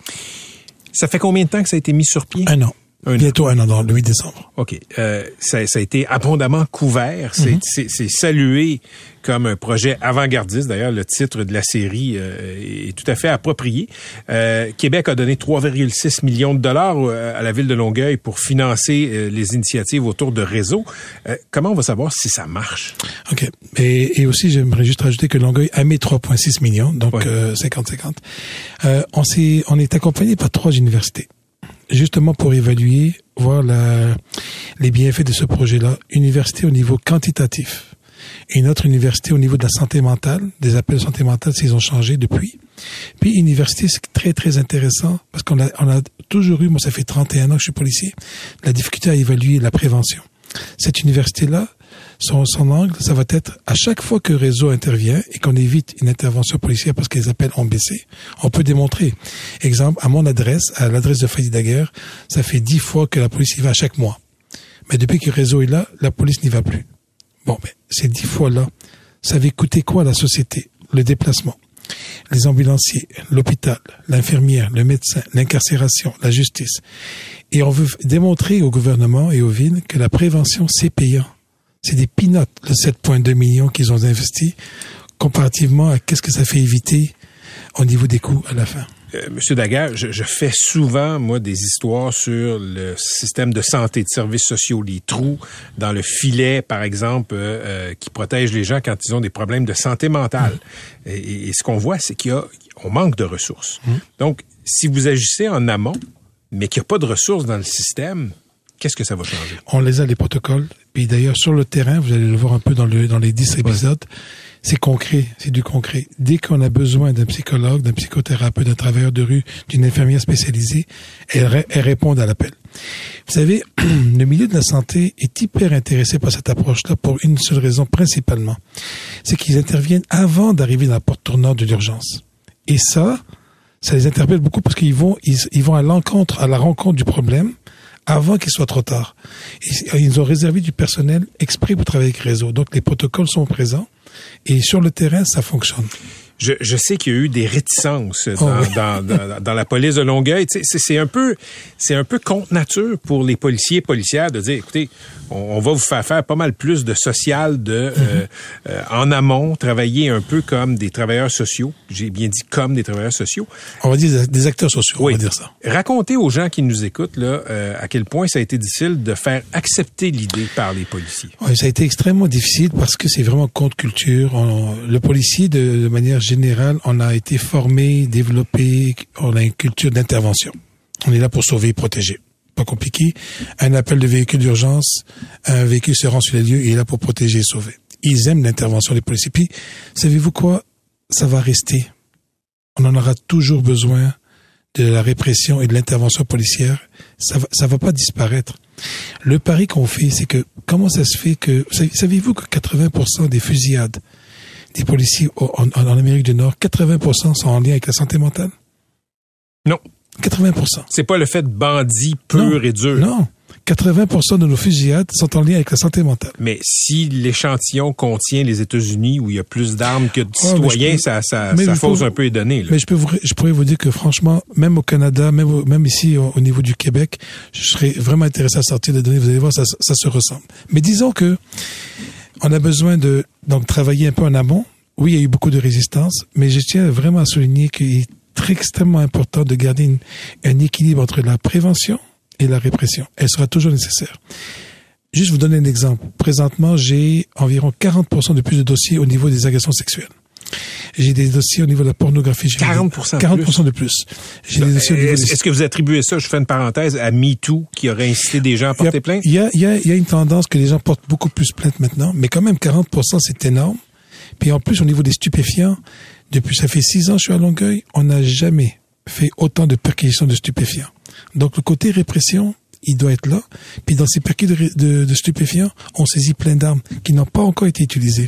Ça fait combien de temps que ça a été mis sur pied? Un an. Un Bientôt an. un an, dans le huit décembre. OK. Euh, ça, ça a été abondamment couvert. C'est, mm-hmm. c'est, c'est salué comme un projet avant-gardiste. D'ailleurs, le titre de la série euh, est tout à fait approprié. Euh, Québec a donné trois virgule six millions de dollars à la ville de Longueuil pour financer euh, les initiatives autour de Réseau. Euh, comment on va savoir si ça marche? OK. Et, et aussi, j'aimerais juste rajouter que Longueuil a mis trois virgule six millions, donc ouais. euh, cinquante cinquante. Euh, on, s'est, on est accompagné par trois universités, justement pour évaluer, voir la, les bienfaits de ce projet-là. Université au niveau quantitatif et une autre université au niveau de la santé mentale, des appels de santé mentale s'ils ont changé depuis. Puis université, c'est très, très intéressant parce qu'on a, on a toujours eu, moi ça fait trente et un ans que je suis policier, la difficulté à évaluer la prévention. Cette université-là, son, son angle, ça va être à chaque fois que Réseau intervient et qu'on évite une intervention policière parce que les appels ont baissé, on peut démontrer. Exemple, à mon adresse, à l'adresse de Fadi Daguerre, ça fait dix fois que la police y va chaque mois. Mais depuis que Réseau est là, la police n'y va plus. Bon, ben, ces dix fois-là, ça avait coûté quoi à la société? Le déplacement, les ambulanciers, l'hôpital, l'infirmière, le médecin, l'incarcération, la justice. Et on veut démontrer au gouvernement et aux villes que la prévention, c'est payant. C'est des peanuts, le sept virgule deux millions qu'ils ont investi, comparativement à qu'est-ce que ça fait éviter au niveau des coûts à la fin. Euh, Monsieur Daguerre, je, je fais souvent, moi, des histoires sur le système de santé, de services sociaux, les trous dans le filet, par exemple, euh, euh, qui protègent les gens quand ils ont des problèmes de santé mentale. Mmh. Et, et ce qu'on voit, c'est qu'il y a, on manque de ressources. Mmh. Donc, si vous agissez en amont, mais qu'il n'y a pas de ressources dans le système, qu'est-ce que ça va changer? On les a, les protocoles. Puis d'ailleurs, sur le terrain, vous allez le voir un peu dans, le, dans les dix épisodes, ouais. C'est concret, c'est du concret. Dès qu'on a besoin d'un psychologue, d'un psychothérapeute, d'un travailleur de rue, d'une infirmière spécialisée, elles, elles répondent à l'appel. Vous savez, le milieu de la santé est hyper intéressé par cette approche-là pour une seule raison principalement. C'est qu'ils interviennent avant d'arriver dans la porte tournante de l'urgence. Et ça, ça les interpelle beaucoup parce qu'ils vont, ils, ils vont à l'encontre, à la rencontre du problème avant qu'il soit trop tard. Et, ils ont réservé du personnel exprès pour travailler avec Réseau. Donc, les protocoles sont présents. Et sur le terrain, ça fonctionne. Je, je sais qu'il y a eu des réticences dans, oh oui. dans, dans, dans la police de Longueuil. Tu sais, c'est, c'est un peu, c'est un peu contre nature pour les policiers et policières de dire, écoutez, on, on va vous faire faire pas mal plus de social de, mm-hmm. euh, euh, en amont, travailler un peu comme des travailleurs sociaux. J'ai bien dit comme des travailleurs sociaux. On va dire des acteurs sociaux, oui. On va dire ça. Racontez aux gens qui nous écoutent, là, euh, à quel point ça a été difficile de faire accepter l'idée par les policiers. Oui, ça a été extrêmement difficile parce que c'est vraiment contre culture. On, le policier, de, de manière général, on a été formé, développé, on a une culture d'intervention. On est là pour sauver et protéger. Pas compliqué. Un appel de véhicule d'urgence, un véhicule se rend sur les lieux et est là pour protéger et sauver. Ils aiment l'intervention des policiers. Puis, savez-vous quoi? Ça va rester. On en aura toujours besoin de la répression et de l'intervention policière. Ça va, ça va pas disparaître. Le pari qu'on fait, c'est que, comment ça se fait que, savez-vous que quatre-vingts pour cent des fusillades des policiers en, en, en Amérique du Nord, quatre-vingts pour cent sont en lien avec la santé mentale? Non. quatre-vingts pour cent. C'est pas le fait de bandits purs et durs. Non. quatre-vingts pour cent de nos fusillades sont en lien avec la santé mentale. Mais si l'échantillon contient les États-Unis où il y a plus d'armes que de citoyens, oh, peux, ça, ça, ça fausse vous, un peu les données. Là. Mais je, peux vous, je pourrais vous dire que franchement, même au Canada, même, même ici au, au niveau du Québec, je serais vraiment intéressé à sortir des données. Vous allez voir, ça, ça se ressemble. Mais disons que on a besoin de donc travailler un peu en amont. Oui, il y a eu beaucoup de résistance, mais je tiens vraiment à souligner qu'il est très très extrêmement important de garder une, un équilibre entre la prévention et la répression. Elle sera toujours nécessaire. Juste vous donner un exemple. Présentement, j'ai environ quarante pour cent de plus de dossiers au niveau des agressions sexuelles. J'ai des dossiers au niveau de la pornographie. J'ai quarante pour cent des, quarante pour cent de plus. J'ai des dossiers au niveau est-ce, des... est-ce que vous attribuez ça, je fais une parenthèse, à MeToo qui aurait incité des gens à porter plainte? Il y a, il y a, il y a une tendance que les gens portent beaucoup plus plainte maintenant, mais quand même quarante pour cent c'est énorme. Puis en plus, au niveau des stupéfiants, depuis, ça fait six ans que je suis à Longueuil, on n'a jamais fait autant de perquisitions de stupéfiants. Donc le côté répression, il doit être là. Puis dans ces perquisitions de, de, de stupéfiants, on saisit plein d'armes qui n'ont pas encore été utilisées.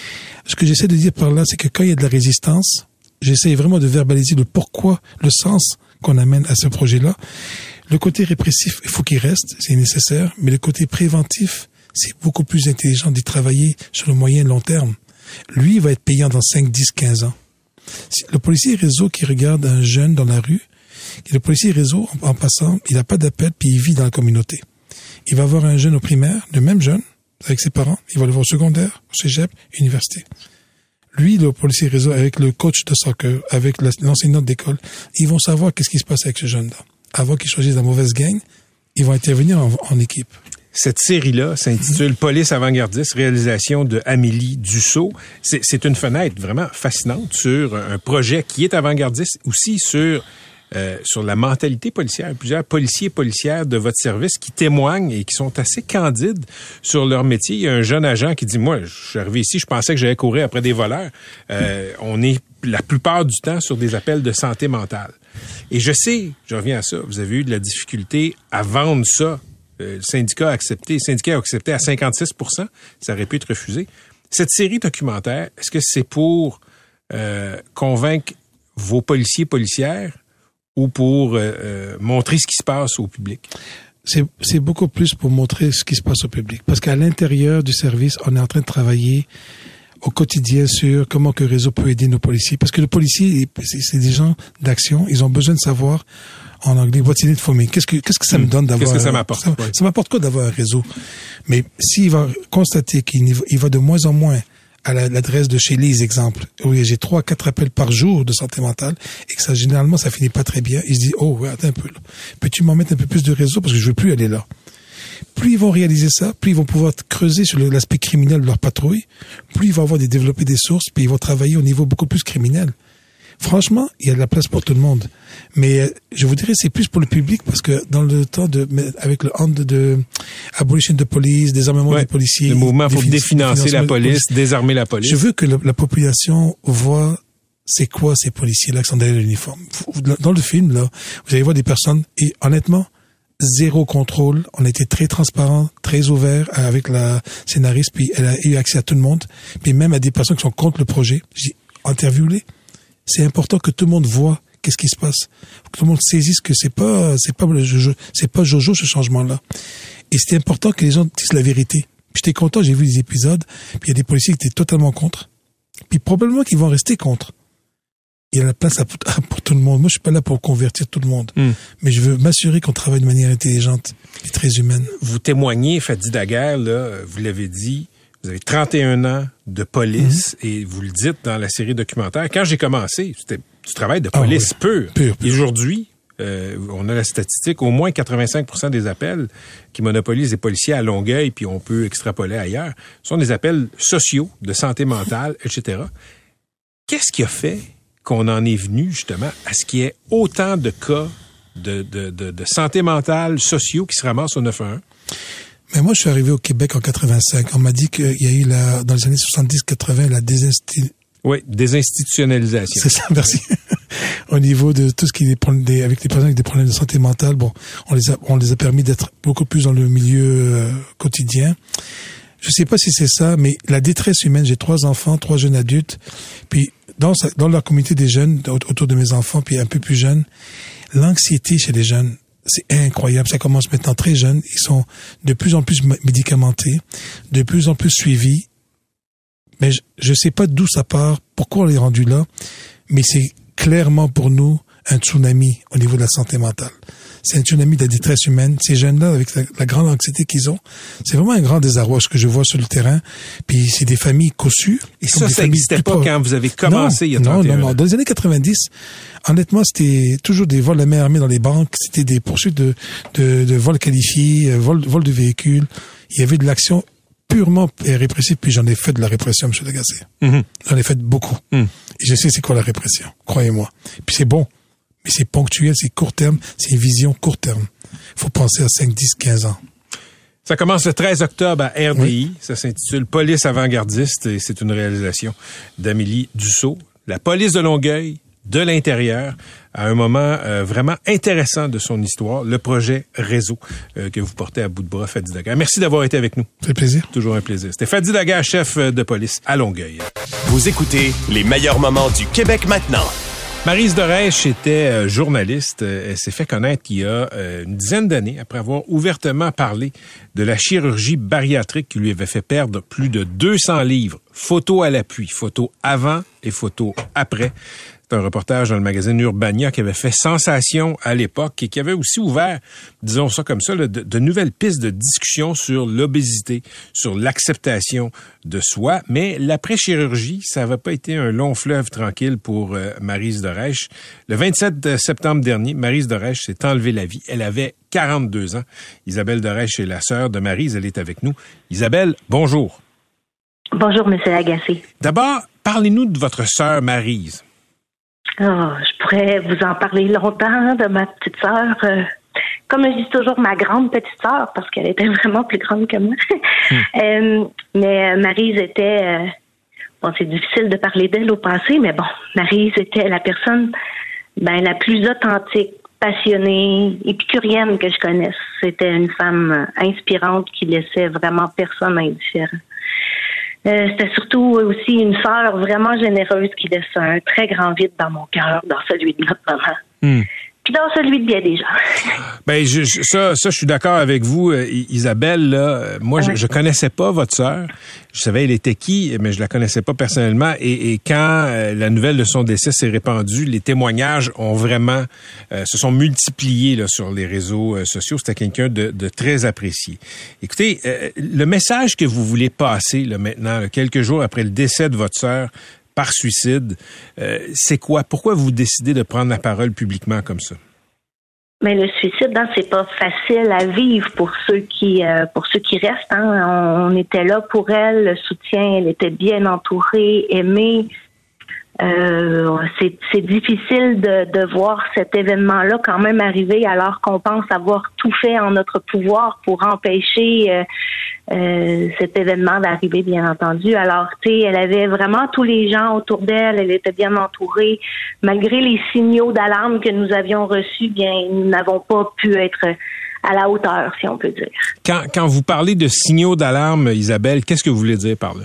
Ce que j'essaie de dire par là, c'est que quand il y a de la résistance, j'essaie vraiment de verbaliser le pourquoi, le sens qu'on amène à ce projet-là. Le côté répressif, il faut qu'il reste, c'est nécessaire, mais le côté préventif, c'est beaucoup plus intelligent d'y travailler sur le moyen et long terme. Lui, il va être payant dans cinq, dix, quinze ans. Le policier réseau qui regarde un jeune dans la rue, le policier réseau, en, en passant, il n'a pas d'appel, puis il vit dans la communauté. Il va voir un jeune au primaire, le même jeune, avec ses parents, il va le voir au secondaire, au cégep, université. Lui, le policier réseau, avec le coach de soccer, avec l'enseignant d'école, ils vont savoir qu'est-ce qui se passe avec ce jeune-là. Avant qu'il choisisse la mauvaise gang, ils vont intervenir en, en équipe. Cette série-là s'intitule Police avant-gardiste, réalisation de Amélie Dussault. C'est, c'est une fenêtre vraiment fascinante sur un projet qui est avant-gardiste, aussi sur euh, sur la mentalité policière. Plusieurs policiers et policières de votre service qui témoignent et qui sont assez candides sur leur métier. Il y a un jeune agent qui dit, moi, je suis arrivé ici, je pensais que j'allais courir après des voleurs. Euh, on est la plupart du temps sur des appels de santé mentale. Et je sais, je reviens à ça, vous avez eu de la difficulté à vendre ça. Le syndicat a accepté, le syndicat a accepté à cinquante-six pour cent, ça aurait pu être refusé. Cette série documentaire, est-ce que c'est pour euh, convaincre vos policiers policières ou pour euh, euh, montrer ce qui se passe au public? C'est, c'est beaucoup plus pour montrer ce qui se passe au public. Parce qu'à l'intérieur du service, on est en train de travailler au quotidien sur comment que le réseau peut aider nos policiers. Parce que le policier, c'est, c'est des gens d'action, ils ont besoin de savoir en anglais, what's in it for me? Qu'est-ce que, qu'est-ce que ça me donne d'avoir... Qu'est-ce que ça m'apporte? Ça, ouais. ça m'apporte quoi d'avoir un réseau? Mais s'il va constater qu'il il va de moins en moins à la, l'adresse de chez Lise, exemple, où j'ai trois, quatre appels par jour de santé mentale, et que ça, généralement, ça finit pas très bien, il se dit, oh, ouais, attends un peu, là. Peux-tu m'en mettre un peu plus de réseau parce que je veux plus aller là? Plus ils vont réaliser ça, plus ils vont pouvoir creuser sur le, l'aspect criminel de leur patrouille, plus ils vont avoir des développer des sources, puis ils vont travailler au niveau beaucoup plus criminel. Franchement, il y a de la place pour tout le monde. Mais euh, je vous dirais, c'est plus pour le public parce que dans le temps de, avec le hand de, de abolition de police, désarmement ouais, des policiers. Le mouvement pour définancer la police, désarmer la police. Je veux que le, la population voit c'est quoi ces policiers-là qui sont derrière l'uniforme. Dans le film, là, vous allez voir des personnes et honnêtement, zéro contrôle. On a été très transparent, très ouvert avec la scénariste, puis elle a eu accès à tout le monde, puis même à des personnes qui sont contre le projet. J'ai dit, interviewez-les. C'est important que tout le monde voit qu'est-ce qui se passe. Que tout le monde saisisse que c'est pas, c'est pas le Jojo, c'est pas Jojo ce changement-là. Et c'était important que les gens disent la vérité. Puis j'étais content, j'ai vu les épisodes, puis il y a des policiers qui étaient totalement contre. Puis probablement qu'ils vont rester contre. Il y a la place à, à, pour tout le monde. Moi, je suis pas là pour convertir tout le monde. Mm. Mais je veux m'assurer qu'on travaille de manière intelligente et très humaine. Vous témoignez, Fadi Daguerre, là, vous l'avez dit, vous avez trente et un ans de police mm-hmm. et vous le dites dans la série documentaire. Quand j'ai commencé, c'était du travail de police ah, oui. pur. Pur, pur. Et aujourd'hui, euh, on a la statistique, au moins quatre-vingt-cinq pour cent des appels qui monopolisent les policiers à Longueuil, puis on peut extrapoler ailleurs, sont des appels sociaux, de santé mentale, et cetera. Qu'est-ce qui a fait qu'on en est venu, justement, à ce qu'il y ait autant de cas de, de, de, de santé mentale, sociaux, qui se ramassent au neuf un un? Mais moi, je suis arrivé au Québec en quatre-vingt-cinq. On m'a dit qu'il y a eu, la, dans les années soixante-dix quatre-vingt, la désinstitutionnalisation. Oui, désinstitutionnalisation. C'est ça, merci. Au niveau de tout ce qui est des, avec les personnes avec des problèmes de santé mentale, bon, on les a, on les a permis d'être beaucoup plus dans le milieu euh, quotidien. Je sais pas si c'est ça, mais la détresse humaine, j'ai trois enfants, trois jeunes adultes, puis dans, dans la communauté des jeunes, autour de mes enfants, puis un peu plus jeunes, l'anxiété chez les jeunes, c'est incroyable. Ça commence maintenant très jeunes. Ils sont de plus en plus médicamentés, de plus en plus suivis. Mais je ne sais pas d'où ça part, pourquoi on est rendu là, mais c'est clairement pour nous un tsunami au niveau de la santé mentale. C'est un tsunami de la détresse humaine. Ces jeunes-là, avec la, la grande anxiété qu'ils ont, c'est vraiment un grand désarroi ce que je vois sur le terrain. Puis c'est des familles cossues. Et ça, ça n'existait pas quand vous avez commencé non, il y a trente et un non, non, ans. non. Dans les années quatre-vingt-dix, honnêtement, c'était toujours des vols de main armée dans les banques. C'était des poursuites de, de, de vols qualifiés, vol, vol de véhicules. Il y avait de l'action purement répressive. Puis j'en ai fait de la répression, M. Lagacé. Mm-hmm. J'en ai fait beaucoup. Mm. Et je sais c'est quoi la répression. Croyez-moi. Puis c'est bon. Mais c'est ponctuel, c'est court terme, c'est une vision court terme. Il faut penser à cinq, dix, quinze ans. Ça commence le treize octobre à R D I. Oui. Ça s'intitule Police avant-gardiste et c'est une réalisation d'Amélie Dussault. La police de Longueuil, de l'intérieur, à un moment euh, vraiment intéressant de son histoire, le projet Réseau euh, que vous portez à bout de bras, Fadi Daguerre. Merci d'avoir été avec nous. Ça fait plaisir. Toujours un plaisir. C'était Fadi Daguerre, chef de police à Longueuil. Vous écoutez les meilleurs moments du Québec maintenant. Maryse Dorèche était euh, journaliste. Elle s'est fait connaître il y a euh, une dizaine d'années après avoir ouvertement parlé de la chirurgie bariatrique qui lui avait fait perdre plus de deux cents livres. Photos à l'appui, photos avant et photos après. C'est un reportage dans le magazine Urbania qui avait fait sensation à l'époque et qui avait aussi ouvert, disons ça comme ça, là, de, de nouvelles pistes de discussion sur l'obésité, sur l'acceptation de soi. Mais l'après-chirurgie, ça n'avait pas été un long fleuve tranquille pour euh, Maryse Dorèche. Le vingt-sept septembre dernier, Maryse Dorèche s'est enlevé la vie. Elle avait quarante-deux ans. Isabelle Dorèche est la sœur de Maryse. Elle est avec nous. Isabelle, bonjour. Bonjour, M. Lagacé. D'abord, parlez-nous de votre sœur Maryse. Oh, je pourrais vous en parler longtemps de ma petite sœur. Euh, comme je dis toujours, ma grande petite sœur, parce qu'elle était vraiment plus grande que moi. Mm. euh, mais Maryse était... Euh, bon, c'est difficile de parler d'elle au passé, mais bon, Maryse était la personne ben, la plus authentique, passionnée, épicurienne que je connaisse. C'était une femme inspirante qui laissait vraiment personne indifférent. Euh, c'était surtout aussi une sœur vraiment généreuse qui laisse un très grand vide dans mon cœur, dans celui de notre maman. Mm. Puis dans celui de bien des gens. Ben, je, je, ça, ça, je suis d'accord avec vous, euh, Isabelle. Là, moi, ouais. je, je connaissais pas votre sœur. Je savais elle était qui, mais je la connaissais pas personnellement. Et, et quand euh, la nouvelle de son décès s'est répandue, les témoignages ont vraiment euh, se sont multipliés là sur les réseaux euh, sociaux. C'était quelqu'un de, de très apprécié. Écoutez, euh, le message que vous voulez passer là maintenant, là, quelques jours après le décès de votre sœur, par suicide, euh, c'est quoi? Pourquoi vous décidez de prendre la parole publiquement comme ça? Mais le suicide, hein, c'est pas facile à vivre pour ceux qui euh, pour ceux qui restent. Hein. On, on était là pour elle, le soutien, elle était bien entourée, aimée. Euh, c'est, c'est difficile de, de voir cet événement-là quand même arriver alors qu'on pense avoir tout fait en notre pouvoir pour empêcher euh, euh, cet événement d'arriver, bien entendu. Alors, tu sais, elle avait vraiment tous les gens autour d'elle, elle était bien entourée. Malgré les signaux d'alarme que nous avions reçus, bien, nous n'avons pas pu être à la hauteur, si on peut dire. Quand, quand vous parlez de signaux d'alarme, Isabelle, qu'est-ce que vous voulez dire par là?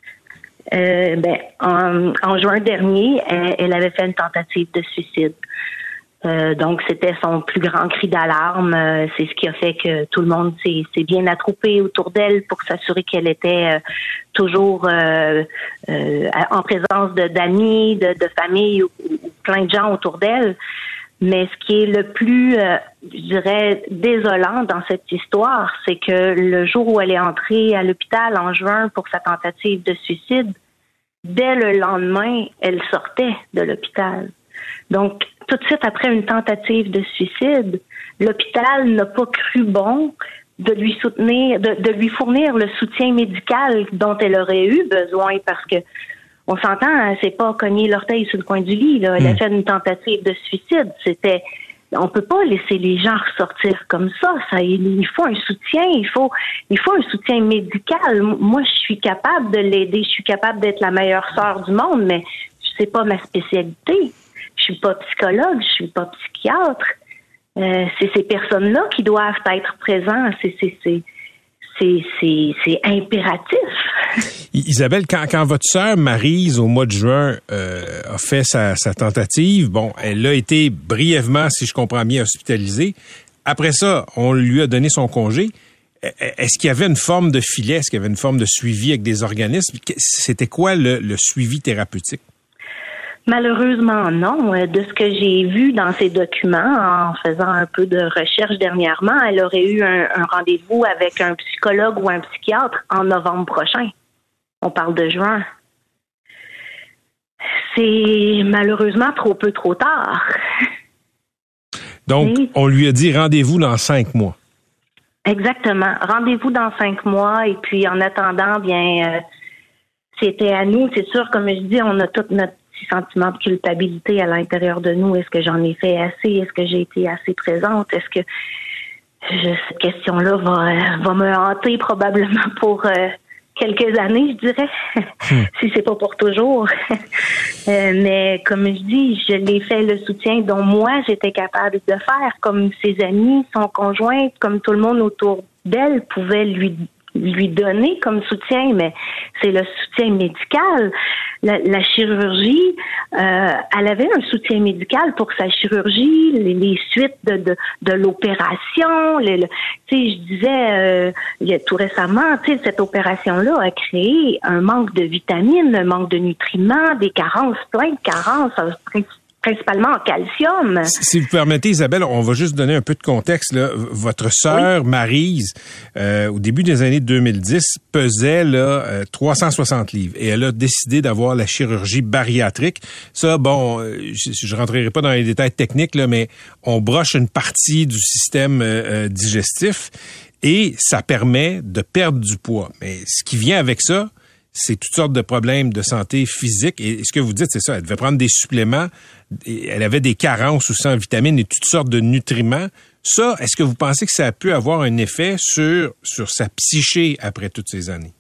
Euh, ben, en, en juin dernier, elle, elle avait fait une tentative de suicide. Euh, donc, c'était son plus grand cri d'alarme. Euh, c'est ce qui a fait que tout le monde s'est, s'est bien attroupé autour d'elle pour s'assurer qu'elle était euh, toujours euh, euh, en présence de, d'amis, de, de famille ou, ou plein de gens autour d'elle. Mais ce qui est le plus, euh, je dirais, désolant dans cette histoire, c'est que le jour où elle est entrée à l'hôpital en juin pour sa tentative de suicide, dès le lendemain, elle sortait de l'hôpital. Donc, tout de suite après une tentative de suicide, l'hôpital n'a pas cru bon de lui soutenir, de, de lui fournir le soutien médical dont elle aurait eu besoin parce que on s'entend, c'est pas cogner l'orteil sur le coin du lit. Là. Elle mmh. a fait une tentative de suicide. C'était, on peut pas laisser les gens ressortir comme ça. Ça, il faut un soutien. Il faut, il faut un soutien médical. Moi, je suis capable de l'aider. Je suis capable d'être la meilleure sœur du monde, mais c'est pas ma spécialité. Je suis pas psychologue. Je suis pas psychiatre. Euh, c'est ces personnes-là qui doivent être présentes. C'est, c'est, c'est, c'est, c'est, c'est impératif. Isabelle, quand, quand votre sœur Maryse, au mois de juin, euh, a fait sa, sa tentative, bon, elle a été brièvement, si je comprends bien, hospitalisée. Après ça, on lui a donné son congé. Est-ce qu'il y avait une forme de filet? Est-ce qu'il y avait une forme de suivi avec des organismes? C'était quoi le, le suivi thérapeutique? Malheureusement, non. De ce que j'ai vu dans ces documents, en faisant un peu de recherche dernièrement, elle aurait eu un, un rendez-vous avec un psychologue ou un psychiatre en novembre prochain. On parle de juin. C'est malheureusement trop peu, trop tard. Donc, oui. On lui a dit rendez-vous dans cinq mois. Exactement. Rendez-vous dans cinq mois. Et puis, en attendant, bien, euh, c'était à nous. C'est sûr, comme je dis, on a tout notre sentiment de culpabilité à l'intérieur de nous. Est-ce que j'en ai fait assez? Est-ce que j'ai été assez présente? Est-ce que je, cette question-là va, va me hanter probablement pour euh, quelques années, je dirais, hmm. si c'est pas pour toujours. euh, mais comme je dis, je l'ai fait le soutien dont moi j'étais capable de faire, comme ses amis, son conjoint, comme tout le monde autour d'elle pouvait lui lui donner comme soutien, mais c'est le soutien médical. La, la chirurgie, euh, elle avait un soutien médical pour sa chirurgie, les, les suites de, de, de l'opération. Tu sais, je disais euh, il y a tout récemment, tu sais, cette opération-là a créé un manque de vitamines, un manque de nutriments, des carences, plein de carences, principalement en calcium. Si vous permettez, Isabelle, on va juste donner un peu de contexte. Là. Votre sœur, oui. Maryse, euh, au début des années deux mille dix, pesait là, euh, trois cent soixante livres et elle a décidé d'avoir la chirurgie bariatrique. Ça, bon, euh, je ne rentrerai pas dans les détails techniques, là, mais on broche une partie du système euh, digestif et ça permet de perdre du poids. Mais ce qui vient avec ça, c'est toutes sortes de problèmes de santé physique. Et ce que vous dites, c'est ça. Elle devait prendre des suppléments. Elle avait des carences aussi en vitamines et toutes sortes de nutriments. Ça, est-ce que vous pensez que ça a pu avoir un effet sur, sur sa psyché après toutes ces années?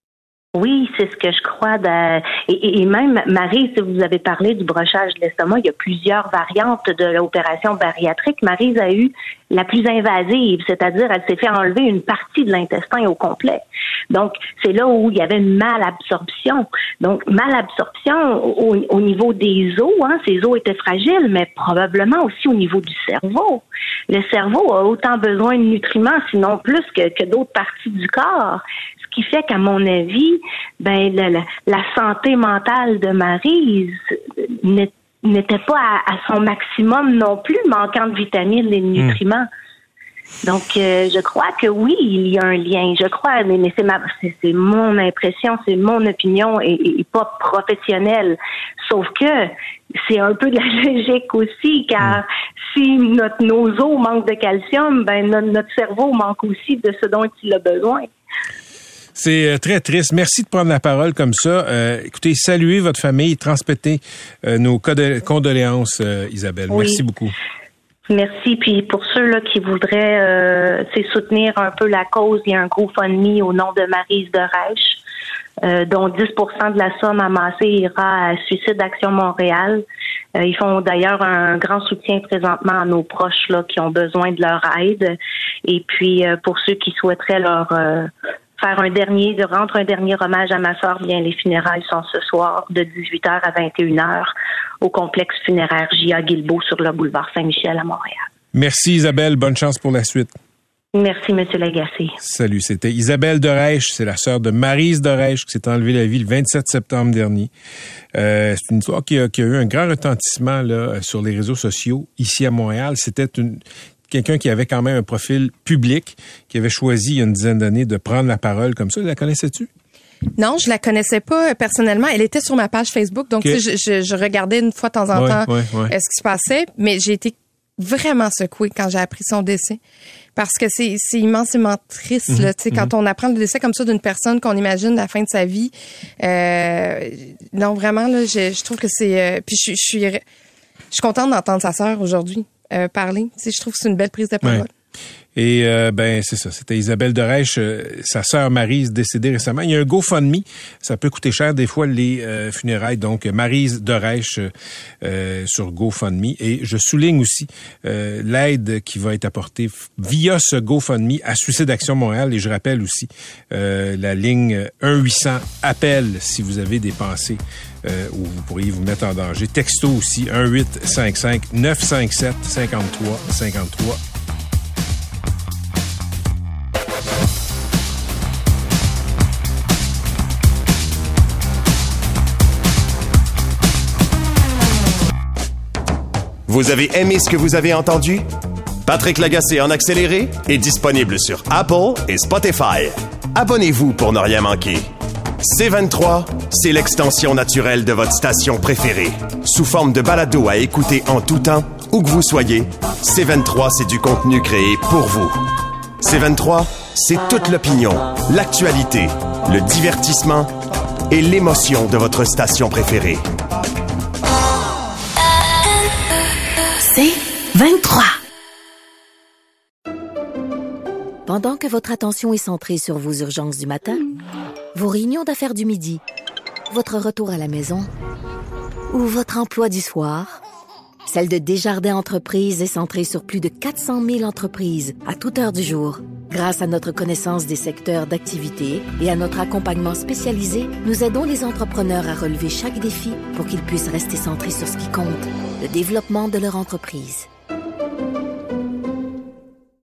Oui, c'est ce que je crois. De... Et, et même, Marie, si vous avez parlé du brochage de l'estomac, il y a plusieurs variantes de l'opération bariatrique. Maryse a eu la plus invasive, c'est-à-dire elle s'est fait enlever une partie de l'intestin au complet. Donc, c'est là où il y avait une malabsorption. Donc, malabsorption au, au niveau des os, hein, ces os étaient fragiles, mais probablement aussi au niveau du cerveau. Le cerveau a autant besoin de nutriments, sinon plus que, que d'autres parties du corps. Ce qui fait qu'à mon avis, ben la, la, la santé mentale de Maryse n'était n'était pas à, à son maximum non plus, manquant de vitamines et de nutriments. Mmh. Donc, euh, je crois que oui, il y a un lien. Je crois, mais, mais c'est, ma, c'est, c'est mon impression, c'est mon opinion et, et pas professionnelle. Sauf que c'est un peu de la logique aussi, car mmh. si notre, nos os manquent de calcium, ben notre, notre cerveau manque aussi de ce dont il a besoin. C'est très triste. Merci de prendre la parole comme ça. Euh, écoutez, saluez votre famille, transmettez euh, nos condoléances, euh, Isabelle. Oui. Merci beaucoup. Merci. Puis pour ceux là qui voudraient euh, soutenir un peu la cause, il y a un GoFundMe au nom de Maryse Derèche, euh, dont dix pour cent de la somme amassée ira à Suicide Action Montréal. Euh, ils font d'ailleurs un grand soutien présentement à nos proches là qui ont besoin de leur aide. Et puis euh, pour ceux qui souhaiteraient leur euh, faire un dernier, de rendre un dernier hommage à ma sœur, bien, les funérailles sont ce soir de dix-huit heures à vingt et une heures au complexe funéraire J A Guilbeault sur le boulevard Saint-Michel à Montréal. Merci Isabelle, bonne chance pour la suite. Merci, M. Lagacé. Salut, c'était Isabelle Derèche, c'est la sœur de Maryse Derèche qui s'est enlevée la vie le vingt-sept septembre dernier. Euh, c'est une histoire qui a, qui a eu un grand retentissement là, sur les réseaux sociaux ici à Montréal. C'était une... quelqu'un qui avait quand même un profil public, qui avait choisi il y a une dizaine d'années de prendre la parole comme ça. La connaissais-tu? Non, je la connaissais pas personnellement. Elle était sur ma page Facebook, donc okay. je, je, je regardais une fois de temps en ouais, temps ouais, ouais. ce qui se passait, mais j'ai été vraiment secouée quand j'ai appris son décès. Parce que c'est, c'est immensément triste, mmh, là, tu sais, mmh. quand on apprend le décès comme ça d'une personne qu'on imagine la fin de sa vie. Euh, non, vraiment, là, je, je trouve que c'est... Euh, puis je, je suis je suis contente d'entendre sa sœur aujourd'hui euh, parler. Tu sais, je trouve que c'est une belle prise de parole. Ouais. Et euh, ben c'est ça, c'était Isabelle Derèche, euh, sa sœur Maryse décédée récemment. Il y a un GoFundMe, ça peut coûter cher des fois les euh, funérailles, donc Maryse Derèche euh, sur GoFundMe. Et je souligne aussi euh, l'aide qui va être apportée via ce GoFundMe à Suicide Action Montréal. Et je rappelle aussi euh, la ligne un huit cents appel si vous avez des pensées euh, où vous pourriez vous mettre en danger. Texto aussi un huit cinq cinq neuf cinq sept cinq trois cinq trois. Vous avez aimé ce que vous avez entendu? Patrick Lagacé en accéléré est disponible sur Apple et Spotify. Abonnez-vous pour ne rien manquer. C vingt-trois, c'est l'extension naturelle de votre station préférée. Sous forme de balado à écouter en tout temps, où que vous soyez, C vingt-trois, c'est du contenu créé pour vous. C vingt-trois, c'est toute l'opinion, l'actualité, le divertissement et l'émotion de votre station préférée. C vingt-trois. Pendant que votre attention est centrée sur vos urgences du matin, vos réunions d'affaires du midi, votre retour à la maison ou votre emploi du soir, celle de Desjardins Entreprises est centrée sur plus de quatre cent mille entreprises à toute heure du jour. Grâce à notre connaissance des secteurs d'activité et à notre accompagnement spécialisé, nous aidons les entrepreneurs à relever chaque défi pour qu'ils puissent rester centrés sur ce qui compte, le développement de leur entreprise.